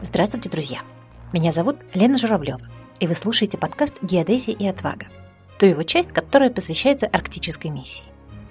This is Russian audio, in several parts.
Здравствуйте, друзья! Меня зовут Лена Журавлева, и вы слушаете подкаст «Геодезия и отвага», ту его часть, которая посвящается арктической миссии.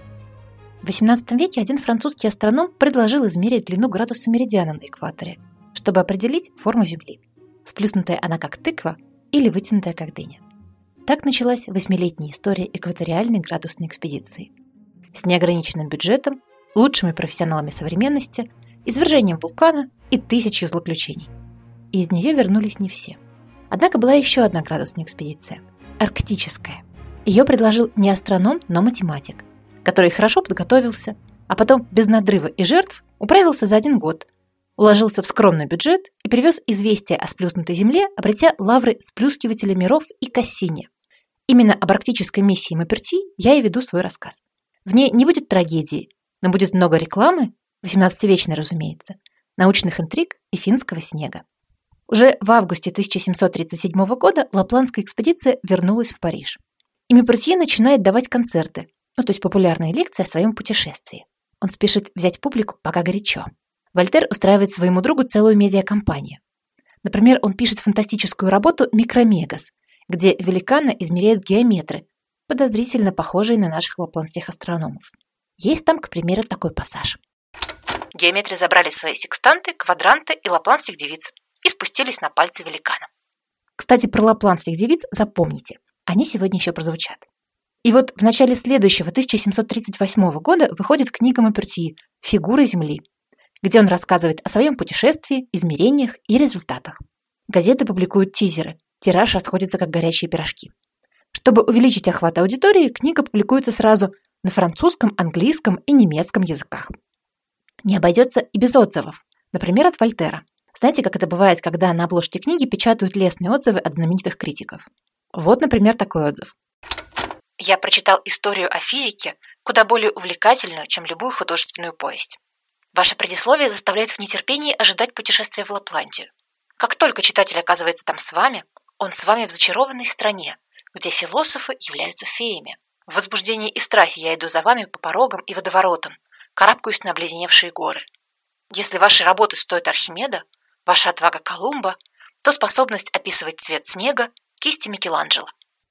В XVIII веке один французский астроном предложил измерить длину градуса меридиана на экваторе, чтобы определить форму Земли. Сплюснутая она как тыква или вытянутая как дыня. Так началась 8-летняя история экваториальной градусной экспедиции. С неограниченным бюджетом, лучшими профессионалами современности, извержением вулкана и 1000 злоключений. И из нее вернулись не все. Однако была еще одна градусная экспедиция – арктическая. Ее предложил не астроном, но математик, который хорошо подготовился, а потом без надрыва и жертв управился за 1 год, уложился в скромный бюджет и привез известие о сплюснутой Земле, обретя лавры сплюскивателя миров и Кассини. Именно об арктической миссии Мапперти я и веду свой рассказ. В ней не будет трагедии, но будет много рекламы, 18-вечной, разумеется, научных интриг и финского снега. Уже в августе 1737 года лапландская экспедиция вернулась в Париж. И Мапперти начинает давать концерты, то есть популярные лекции о своем путешествии. Он спешит взять публику пока горячо. Вольтер устраивает своему другу целую медиакомпанию. Например, он пишет фантастическую работу «Микромегас», где великана измеряют геометры, подозрительно похожие на наших лапландских астрономов. Есть там, к примеру, такой пассаж. Геометры забрали свои секстанты, квадранты и лапландских девиц и спустились на пальцы великана. Кстати, про лапландских девиц запомните, они сегодня еще прозвучат. И вот в начале следующего, 1738 года, выходит книга Мапперти «Фигуры Земли», где он рассказывает о своем путешествии, измерениях и результатах. Газеты публикуют тизеры, тираж расходится как горячие пирожки. Чтобы увеличить охват аудитории, книга публикуется сразу на французском, английском и немецком языках. Не обойдется и без отзывов, например, от Вольтера. Знаете, как это бывает, когда на обложке книги печатают лестные отзывы от знаменитых критиков? Вот, например, такой отзыв. «Я прочитал историю о физике, куда более увлекательную, чем любую художественную повесть. Ваше предисловие заставляет в нетерпении ожидать путешествия в Лапландию. Как только читатель оказывается там с вами, он с вами в зачарованной стране, где философы являются феями. В возбуждении и страхе я иду за вами по порогам и водоворотам, карабкаюсь на обледеневшие горы. Если ваши работы стоят Архимеда, ваша отвага Колумба, то способность описывать цвет снега – кисти Микеланджело».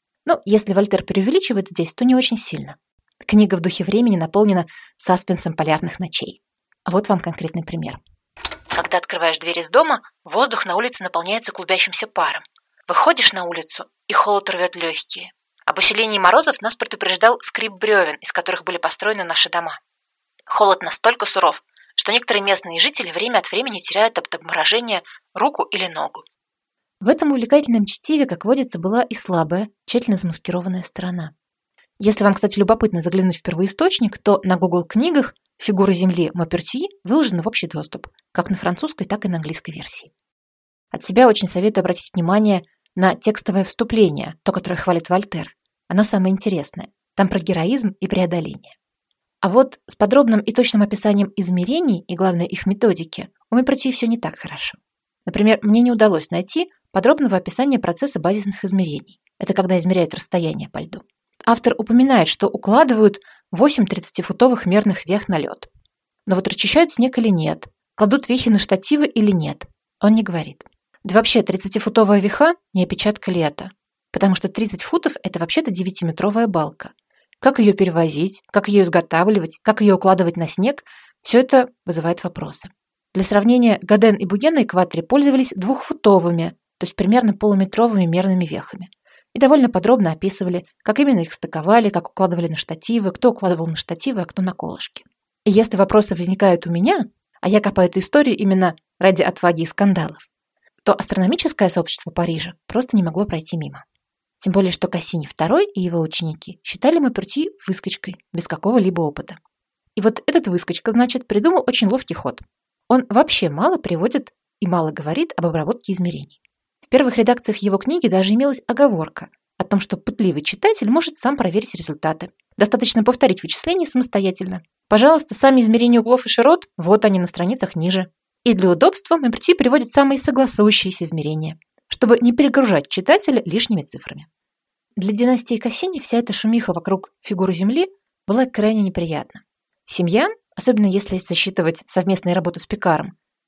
Если Вольтер преувеличивает здесь, то не очень сильно. Книга в духе времени наполнена саспенсом полярных ночей. А вот вам конкретный пример. Когда открываешь дверь из дома, воздух на улице наполняется клубящимся паром. Выходишь на улицу, и холод рвет легкие. Об усилении морозов нас предупреждал скрип бревен, из которых были построены наши дома. Холод настолько суров, что некоторые местные жители время от времени теряют от обморожения руку или ногу. В этом увлекательном чтиве, как водится, была и слабая, тщательно замаскированная сторона. Если вам, кстати, любопытно заглянуть в первоисточник, то на Google книгах «Фигуры Земли» Мапперти выложены в общий доступ, как на французской, так и на английской версии. От себя очень советую обратить внимание на текстовое вступление, то, которое хвалит Вольтер. Оно самое интересное. Там про героизм и преодоление. А вот с подробным и точным описанием измерений и, главное, их методики у Мапперти все не так хорошо. Например, мне не удалось найти подробного описания процесса базисных измерений. Это когда измеряют расстояние по льду. Автор упоминает, что укладывают 8 30-футовых мерных вех на лед. Но вот расчищают снег или нет, кладут вехи на штативы или нет, он не говорит. Да вообще 30-футовая веха не опечатка ли это? Потому что 30 футов – это вообще-то 9-метровая балка. Как ее перевозить, как ее изготавливать, как ее укладывать на снег – все это вызывает вопросы. Для сравнения, Гаден и Буге на экваторе пользовались 2-футовыми, то есть примерно полуметровыми мерными вехами. И довольно подробно описывали, как именно их стыковали, как укладывали на штативы, кто укладывал на штативы, а кто на колышки. И если вопросы возникают у меня, а я копаю эту историю именно ради отваги и скандалов, то астрономическое сообщество Парижа просто не могло пройти мимо. Тем более, что Кассини II и его ученики считали Мапперти выскочкой, без какого-либо опыта. И вот этот выскочка, значит, придумал очень ловкий ход. Он вообще мало приводит и мало говорит об обработке измерений. В первых редакциях его книги даже имелась оговорка о том, что пытливый читатель может сам проверить результаты. Достаточно повторить вычисления самостоятельно. Пожалуйста, сами измерения углов и широт, вот они на страницах ниже. И для удобства Мапперти приводит самые согласующиеся измерения, чтобы не перегружать читателя лишними цифрами. Для династии Кассини вся эта шумиха вокруг фигуры Земли была крайне неприятна. Семья, особенно если засчитывать совместные работы с Пикаром,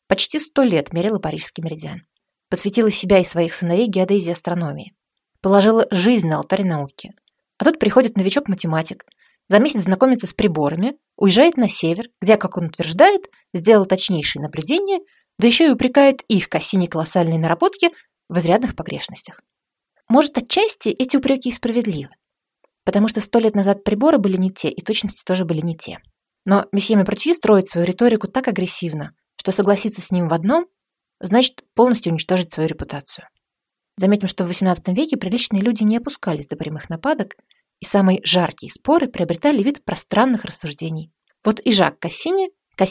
Почти 100 лет мерила парижский меридиан. Посвятила себя и своих сыновей геодезии и астрономии. Положила жизнь на алтарь науки. А тут приходит новичок-математик, за месяц знакомится с приборами, уезжает на север, где, как он утверждает, сделал точнейшие наблюдения, да еще и упрекает их Кассини колоссальные наработки в изрядных погрешностях. Может, отчасти эти упреки и справедливы, потому что 100 лет назад приборы были не те, и точности тоже были не те. Но месье Маупертюи строит свою риторику так агрессивно, что согласиться с ним в одном значит полностью уничтожить свою репутацию. Заметим, что в XVIII веке приличные люди не опускались до прямых нападок, и самые жаркие споры приобретали вид пространных рассуждений. Вот и Жак Кассини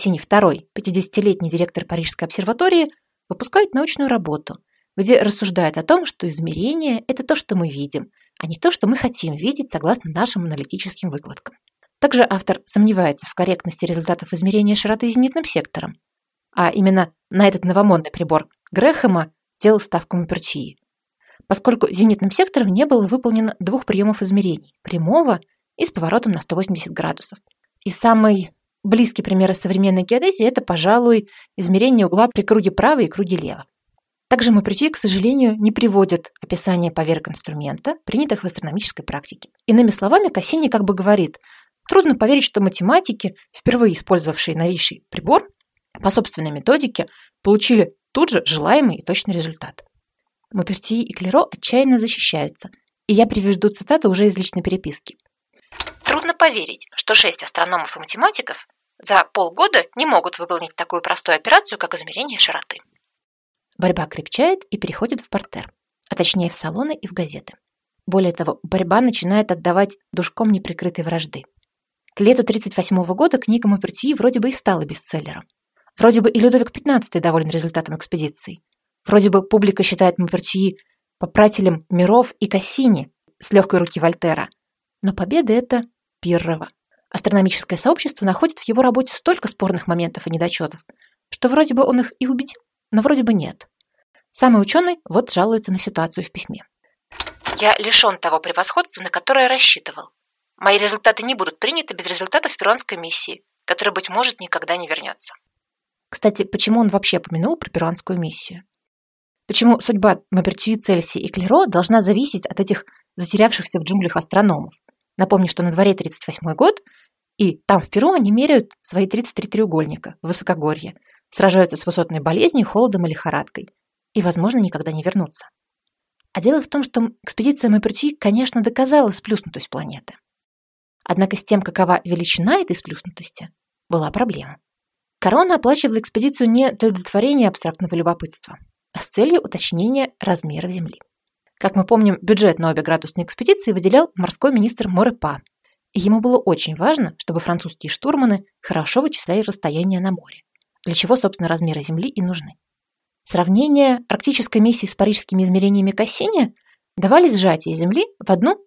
II, 50-летний директор Парижской обсерватории, выпускает научную работу, где рассуждает о том, что измерение – это то, что мы видим, а не то, что мы хотим видеть согласно нашим аналитическим выкладкам. Также автор сомневается в корректности результатов измерения широты зенитным сектором, а именно на этот новомодный прибор Грэхэма делал ставку Маупертюи, поскольку зенитным сектором не было выполнено 2 приемов измерений – прямого и с поворотом на 180 градусов. И самый близкий пример из современной геодезии – это, пожалуй, измерение угла при круге право и круге лево. Также Маупертюи, к сожалению, не приводит описание поверок инструмента, принятых в астрономической практике. Иными словами, Кассини как бы говорит, трудно поверить, что математики, впервые использовавшие новейший прибор, по собственной методике получили тут же желаемый и точный результат. Маупертюи и Клеро отчаянно защищаются, и я приведу цитату уже из личной переписки. «Трудно поверить, что 6 астрономов и математиков за полгода не могут выполнить такую простую операцию, как измерение широты». Борьба крепчает и переходит в партер, а точнее в салоны и в газеты. Более того, борьба начинает отдавать душком неприкрытой вражды. К лету 1938 года книга Маупертюи вроде бы и стала бестселлером. Вроде бы и Людовик XV доволен результатом экспедиции. Вроде бы публика считает Маупертюи попрателем миров и Кассини с легкой руки Вольтера. Но победа эта пиррова. Астрономическое сообщество находит в его работе столько спорных моментов и недочетов, что вроде бы он их и убедил, но вроде бы нет. Самый ученый вот жалуется на ситуацию в письме. «Я лишен того превосходства, на которое рассчитывал. Мои результаты не будут приняты без результатов перуанской миссии, которая, быть может, никогда не вернется». Кстати, почему он вообще упомянул про перуанскую миссию? Почему судьба Маупертюи, Цельси и Клеро должна зависеть от этих затерявшихся в джунглях астрономов? Напомню, что на дворе 1938 год, и там в Перу они меряют свои 33 треугольника в высокогорье, сражаются с высотной болезнью, холодом и лихорадкой, и, возможно, никогда не вернутся. А дело в том, что экспедиция Маупертюи, конечно, доказала сплюснутость планеты. Однако с тем, какова величина этой сплюснутости, была проблема. Корона оплачивала экспедицию не для удовлетворения абстрактного любопытства, а с целью уточнения размеров Земли. Как мы помним, бюджет на обе градусные экспедиции выделял морской министр Морепа, и ему было очень важно, чтобы французские штурманы хорошо вычисляли расстояние на море, для чего, собственно, размеры Земли и нужны. Сравнение арктической миссии с парижскими измерениями Кассини давали сжатие Земли в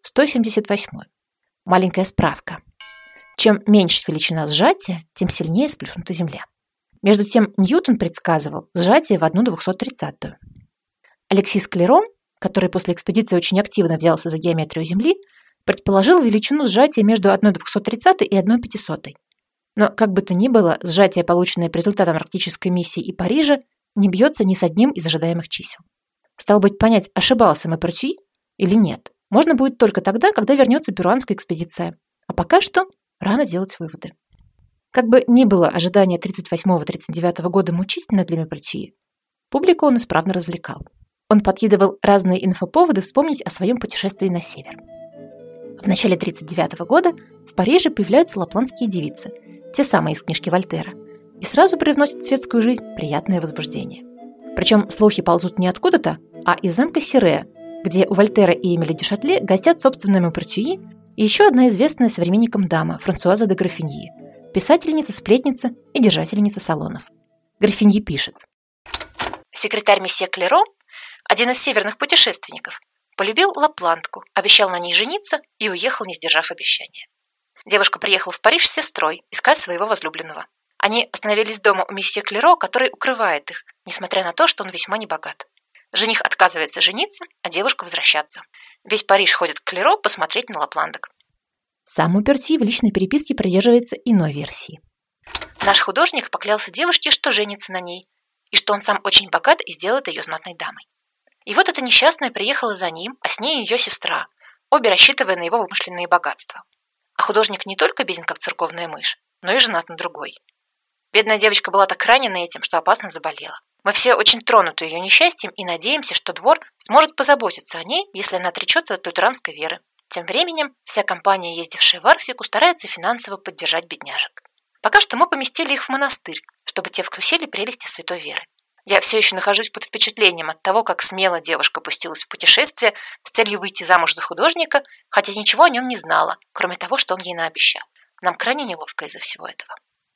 1/178. Маленькая справка. Чем меньше величина сжатия, тем сильнее сплюснута Земля. Между тем Ньютон предсказывал сжатие в 1/230. Алексис Клеро, который после экспедиции очень активно взялся за геометрию Земли, предположил величину сжатия между 1/230 и 1/500. Но, как бы то ни было, сжатие, полученное по результатам арктической миссии и Парижа, не бьется ни с одним из ожидаемых чисел. Стало быть, понять, ошибался Маупертюи или нет, можно будет только тогда, когда вернется перуанская экспедиция. А пока что рано делать выводы. Как бы ни было ожидание 1938-1939 года мучительно для Маупертюи, публику он исправно развлекал. Он подкидывал разные инфоповоды вспомнить о своем путешествии на север. В начале 1939 года в Париже появляются лапландские девицы, те самые из книжки Вольтера, и сразу привносят в светскую жизнь приятное возбуждение. Причем слухи ползут не откуда-то, а из замка Сире, где у Вольтера и Эмиля Дюшатле гостят собственные Маупертюи и еще одна известная современникам дама Франсуаза де Граффиньи, писательница, сплетница и держательница салонов. Граффиньи пишет. Секретарь месье Клеро, один из северных путешественников, полюбил лапландку, обещал на ней жениться и уехал, не сдержав обещания. Девушка приехала в Париж с сестрой искать своего возлюбленного. Они остановились дома у месье Клеро, который укрывает их, несмотря на то, что он весьма небогат. Жених отказывается жениться, а девушка возвращаться. Весь Париж ходит к Клеро посмотреть на лапландок. Сам Маупертюи в личной переписке придерживается иной версии. Наш художник поклялся девушке, что женится на ней. и что он сам очень богат и сделает ее знатной дамой. И вот эта несчастная приехала за ним, а с ней ее сестра, обе рассчитывая на его вымышленные богатства. А художник не только беден, как церковная мышь, но и женат на другой. Бедная девочка была так ранена этим, что опасно заболела. Мы все очень тронуты ее несчастьем и надеемся, что двор сможет позаботиться о ней, если она отречется от лютеранской веры. Тем временем вся компания, ездившая в Арктику, старается финансово поддержать бедняжек. Пока что мы поместили их в монастырь, чтобы те вкусили прелести святой веры. Я все еще нахожусь под впечатлением от того, как смело девушка пустилась в путешествие с целью выйти замуж за художника, хотя ничего о нем не знала, кроме того, что он ей наобещал. Нам крайне неловко из-за всего этого.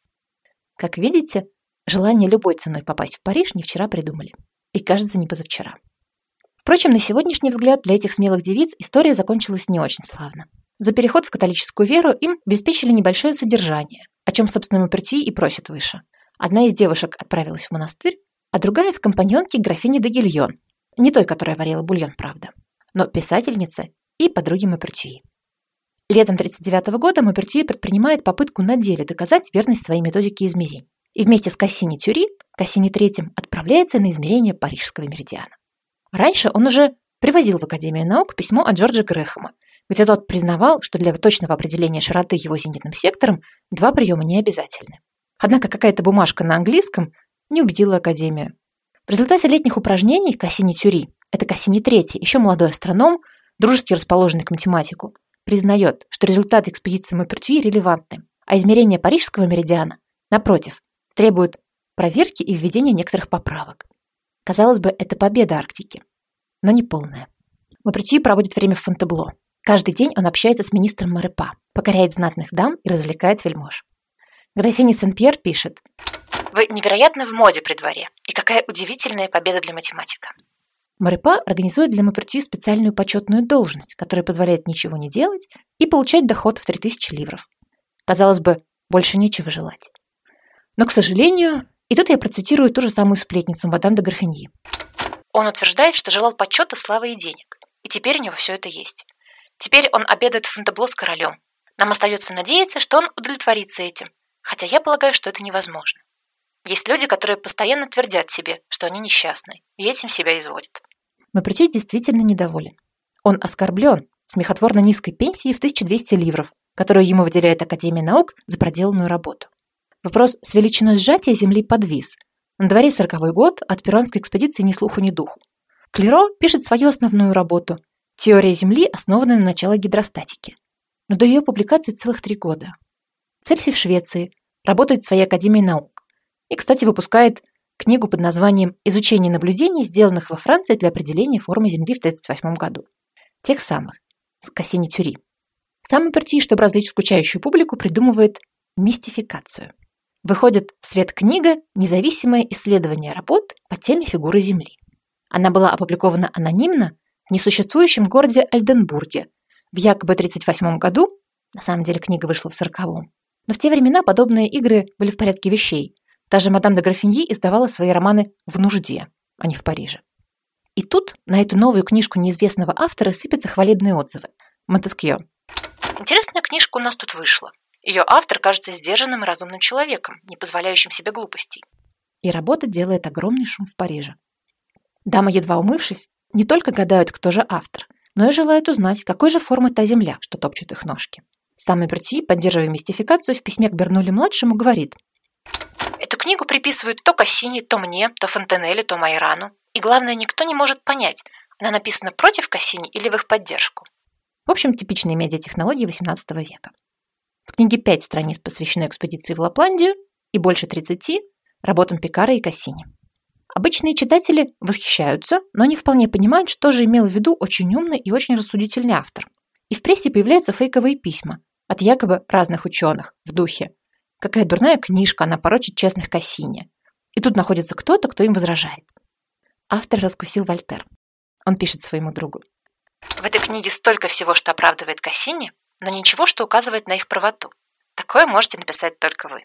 Как видите, желание любой ценой попасть в Париж не вчера придумали. И, кажется, не позавчера. Впрочем, на сегодняшний взгляд для этих смелых девиц история закончилась не очень славно. За переход в католическую веру им обеспечили небольшое содержание, о чем, собственно, Мауперти и просит выше. Одна из девушек отправилась в монастырь, а другая в компаньонке графини де Гильон, не той, которая варила бульон, правда, но писательница и подруги Мауперти. Летом 1939 года Мауперти предпринимает попытку на деле доказать верность своей методике измерений. И вместе с Кассини-Тюри, Кассини III, отправляется на измерение парижского меридиана. Раньше он уже привозил в Академию наук письмо от Джорджа Грэхэма, где тот признавал, что для точного определения широты его зенитным сектором 2 приема не обязательны. Однако какая-то бумажка на английском не убедила Академию. В результате летних упражнений Кассини-Тюри, это Кассини III, еще молодой астроном, дружески расположенный к математику, признает, что результаты экспедиции Мауперти релевантны, а измерение парижского меридиана, напротив, требуют проверки и введения некоторых поправок. Казалось бы, это победа Арктики, но не полная. Мауперти проводит время в Фонтебло. Каждый день он общается с министром Марепа, покоряет знатных дам и развлекает вельмож. Графиня Сен-Пьер пишет: «Вы невероятны в моде при дворе, и какая удивительная победа для математика». Марепа организует для Мауперти специальную почетную должность, которая позволяет ничего не делать и получать доход в 3000 ливров. Казалось бы, больше нечего желать. Но, к сожалению, и тут я процитирую ту же самую сплетницу, мадам де Графиньи. Он утверждает, что желал почета, славы и денег, и теперь у него все это есть. Теперь он обедает в Фонтебло с королем. Нам остается надеяться, что он удовлетворится этим, хотя я полагаю, что это невозможно. Есть люди, которые постоянно твердят себе, что они несчастны, и этим себя изводят. Мауперти действительно недоволен. Он оскорблен смехотворно низкой пенсией в 1200 ливров, которую ему выделяет Академия наук за проделанную работу. Вопрос с величиной сжатия Земли подвис. На дворе 40-й год, от перуанской экспедиции ни слуху, ни духу. Клеро пишет свою основную работу «Теория Земли, основанная на началах гидростатики». Но до ее публикации целых 3 года. Цельсий в Швеции, работает в своей Академии наук. И, кстати, выпускает книгу под названием «Изучение наблюдений, сделанных во Франции для определения формы Земли в 1938 году». Тех самых, с Кассини-Тюри. Сам Мауперти, чтобы развлечь скучающую публику, придумывает мистификацию. Выходит в свет книга «Независимое исследование работ по теме фигуры Земли». Она была опубликована анонимно в несуществующем городе Альденбурге в якобы 1938 году, на самом деле книга вышла в 1940-м, но в те времена подобные игры были в порядке вещей. Даже мадам де Графиньи издавала свои романы в нужде, а не в Париже. И тут на эту новую книжку неизвестного автора сыпятся хвалебные отзывы. Монтескьё. Интересная книжка у нас тут вышла. Ее автор кажется сдержанным и разумным человеком, не позволяющим себе глупостей. И работа делает огромный шум в Париже. Дамы, едва умывшись, не только гадают, кто же автор, но и желают узнать, какой же формы та земля, что топчут их ножки. Сам Мауперти, поддерживая мистификацию, в письме к Бернулли-младшему говорит: «Эту книгу приписывают то Кассини, то мне, то Фонтенелле, то Майрану. И главное, никто не может понять, она написана против Кассини или в их поддержку». В общем, типичные медиатехнологии XVIII века. В книге 5 страниц посвящено экспедиции в Лапландию и больше 30 работам Пикара и Кассини. Обычные читатели восхищаются, но не вполне понимают, что же имел в виду очень умный и очень рассудительный автор. И в прессе появляются фейковые письма от якобы разных ученых в духе: «Какая дурная книжка, она порочит честных Кассини». И тут находится кто-то, кто им возражает. Автор раскусил Вольтер. Он пишет своему другу: «В этой книге столько всего, что оправдывает Кассини, но ничего, что указывает на их правоту. Такое можете написать только вы».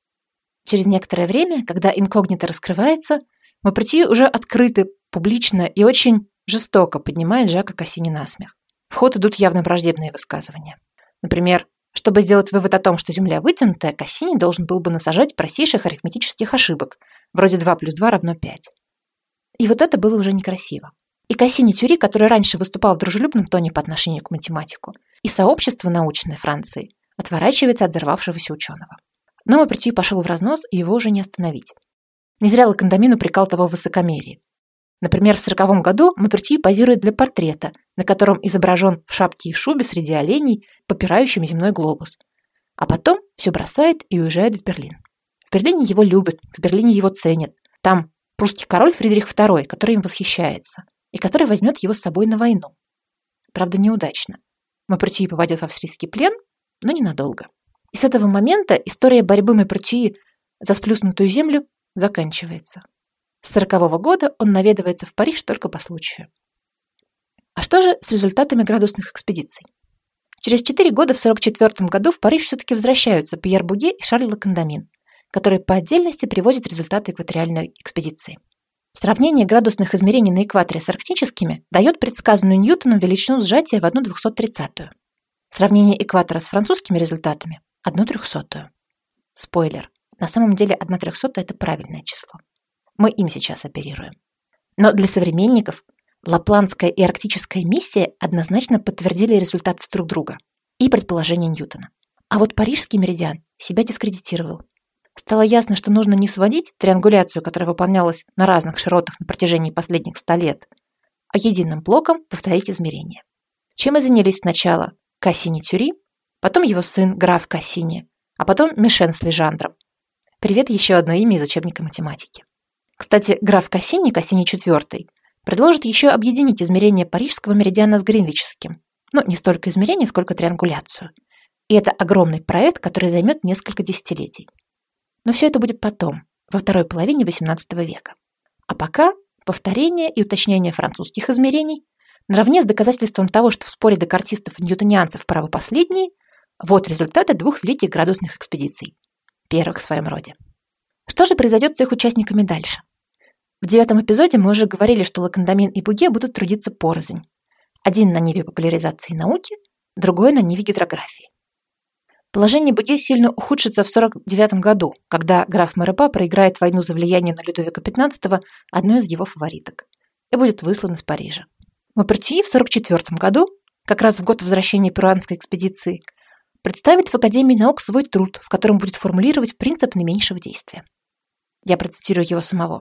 Через некоторое время, когда инкогнито раскрывается, Мауперти уже открыто, публично и очень жестоко поднимает Жака Кассини на смех. В ход идут явно враждебные высказывания. Например, чтобы сделать вывод о том, что Земля вытянутая, Кассини должен был бы насажать простейших арифметических ошибок, Вроде 2 плюс 2 равно 5. И вот это было уже некрасиво. И Кассини-Тюри, который раньше выступал в дружелюбном тоне по отношению к математику, и сообщество научное Франции отворачивается от взорвавшегося ученого. Но Мауперти пошел в разнос, и его уже не остановить. Не зря Ла-Кондамин упрекал того в высокомерии. Например, в 1940 году Мауперти позирует для портрета, на котором изображен в шапке и шубе среди оленей, попирающим земной глобус. А потом все бросает и уезжает в Берлин. В Берлине его любят, в Берлине его ценят. Там прусский король Фридрих II, который им восхищается, и который возьмет его с собой на войну. Правда, неудачно. Мауперти попадет в австрийский плен, но ненадолго. И с этого момента история борьбы Мауперти за сплюснутую землю заканчивается. С 1940 года он наведывается в Париж только по случаю. А что же с результатами градусных экспедиций? Через 4 года, в 1944 году, в Париж все-таки возвращаются Пьер Буге и Шарль Ла-Кондамин, которые по отдельности привозят результаты экваториальной экспедиции. Сравнение градусных измерений на экваторе с арктическими дает предсказанную Ньютоном величину сжатия в 1/230. Сравнение экватора с французскими результатами – 1/300. Спойлер. На самом деле 1/300 – это правильное число. Мы им сейчас оперируем. Но для современников лапландская и арктическая миссия однозначно подтвердили результаты друг друга и предположения Ньютона. А вот парижский меридиан себя дискредитировал. Стало ясно, что нужно не сводить триангуляцию, которая выполнялась на разных широтах на протяжении последних 100 лет, а единым блоком повторить измерения. Чем и занялись сначала Кассини-Тюри, потом его сын граф Кассини, а потом Мишен с Лежандром. Привет, еще одно имя из учебника математики. Кстати, граф Кассини, Кассини IV, предложит еще объединить измерения парижского меридиана с гринвичским. Ну, не столько измерения, сколько триангуляцию. И это огромный проект, который займет несколько десятилетий. Но все это будет потом, во второй половине XVIII века. А пока повторение и уточнение французских измерений, наравне с доказательством того, что в споре декартистов и ньютонианцев правы последние, вот результаты 2 великих градусных экспедиций, первых в своем роде. Что же произойдет с их участниками дальше? В 9 эпизоде мы уже говорили, что Ла-Кондамин и Буге будут трудиться порознь. Один на ниве популяризации науки, другой на ниве гидрографии. Положение Буге сильно ухудшится в 1949 году, когда граф Морепа проиграет войну за влияние на Людовика XV одной из его фавориток и будет выслан из Парижа. Мауперти в 1944 году, как раз в год возвращения перуанской экспедиции, представит в Академии наук свой труд, в котором будет формулировать принцип наименьшего действия. Я процитирую его самого.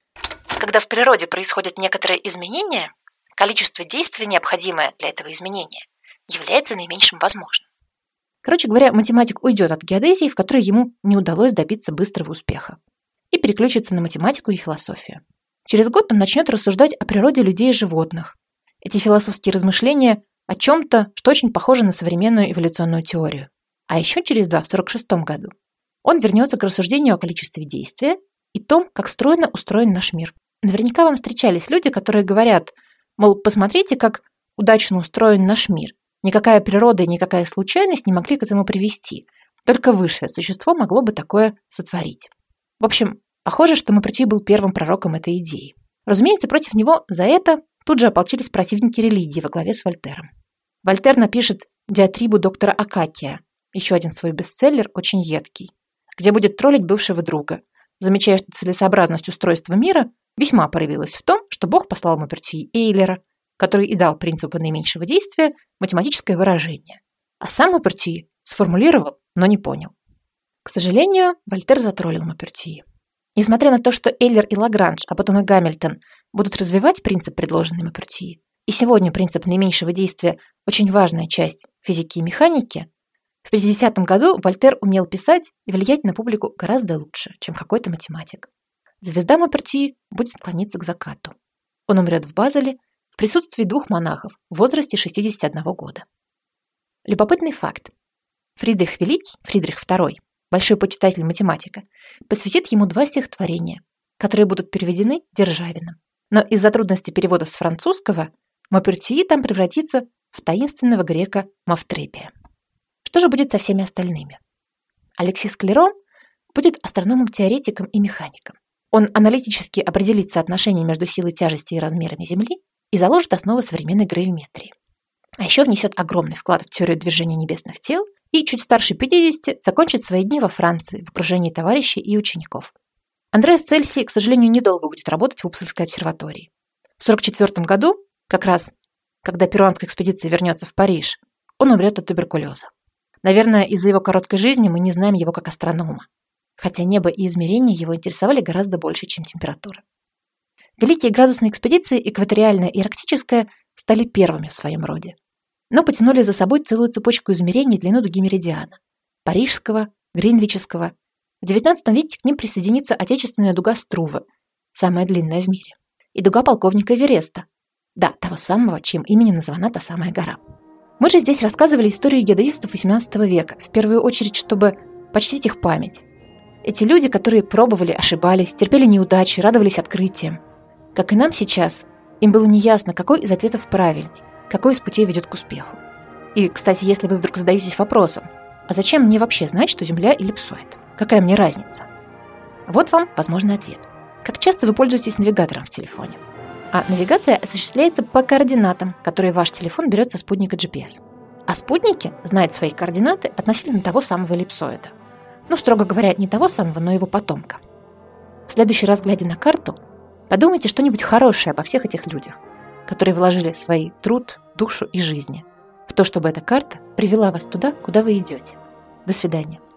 Когда в природе происходят некоторые изменения, количество действий, необходимое для этого изменения, является наименьшим возможным. Короче говоря, математик уйдет от геодезии, в которой ему не удалось добиться быстрого успеха, и переключится на математику и философию. Через год он начнет рассуждать о природе людей и животных. Эти философские размышления о чем-то, что очень похоже на современную эволюционную теорию. А еще через 2, в 1946 году, он вернется к рассуждению о количестве действия и том, как стройно устроен наш мир. Наверняка вам встречались люди, которые говорят, мол, посмотрите, как удачно устроен наш мир. Никакая природа и никакая случайность не могли к этому привести. Только высшее существо могло бы такое сотворить. В общем, похоже, что Мауперти был первым пророком этой идеи. Разумеется, против него за это тут же ополчились противники религии во главе с Вольтером. Вольтер напишет «Диатрибу доктора Акакия», еще один свой бестселлер, очень едкий, где будет троллить бывшего друга, замечая, что целесообразность устройства мира весьма проявилась в том, что Бог послал Мауперти Эйлера, который и дал принципу наименьшего действия математическое выражение. А сам Мауперти сформулировал, но не понял. К сожалению, Вольтер затроллил Мауперти. Несмотря на то, что Эйлер и Лагранж, а потом и Гамильтон будут развивать принцип, предложенный Мауперти, и сегодня принцип наименьшего действия – очень важная часть физики и механики, в 50-м году Вольтер умел писать и влиять на публику гораздо лучше, чем какой-то математик. Звезда Мауперти будет клониться к закату. Он умрет в Базеле в присутствии 2 монахов в возрасте 61 года. Любопытный факт. Фридрих Великий, Фридрих II, большой почитатель математика, посвятит ему 2 стихотворения, которые будут переведены Державиным. Но из-за трудности перевода с французского Мауперти там превратится в таинственного грека Мавтрепия. Что же будет со всеми остальными? Алексис Клерон будет астрономом-теоретиком и механиком. Он аналитически определит соотношение между силой тяжести и размерами Земли и заложит основы современной гравиметрии. А еще внесет огромный вклад в теорию движения небесных тел и, чуть старше 50, закончит свои дни во Франции в окружении товарищей и учеников. Андреас Цельсий, к сожалению, недолго будет работать в Упсальской обсерватории. В 1944 году, как раз когда перуанская экспедиция вернется в Париж, он умрет от туберкулеза. Наверное, из-за его короткой жизни мы не знаем его как астронома, хотя небо и измерения его интересовали гораздо больше, чем температура. Великие градусные экспедиции, экваториальная и арктическая, стали первыми в своем роде, но потянули за собой целую цепочку измерений длины дуги меридиана – парижского, гринвичского. В XIX веке к ним присоединится отечественная дуга Струве, самая длинная в мире, и дуга полковника Эвереста, да, того самого, чьим именем названа та самая гора. Мы же здесь рассказывали историю геодезистов XVIII века, в первую очередь, чтобы почтить их память. Эти люди, которые пробовали, ошибались, терпели неудачи, радовались открытиям. Как и нам сейчас, им было неясно, какой из ответов правильный, какой из путей ведет к успеху. И, кстати, если вы вдруг задаетесь вопросом, а зачем мне вообще знать, что Земля эллипсоид? Какая мне разница? Вот вам возможный ответ. Как часто вы пользуетесь навигатором в телефоне? А навигация осуществляется по координатам, которые ваш телефон берет со спутника GPS. А спутники знают свои координаты относительно того самого эллипсоида. Ну, строго говоря, не того самого, но его потомка. В следующий раз, глядя на карту, подумайте что-нибудь хорошее обо всех этих людях, которые вложили свой труд, душу и жизни в то, чтобы эта карта привела вас туда, куда вы идете. До свидания.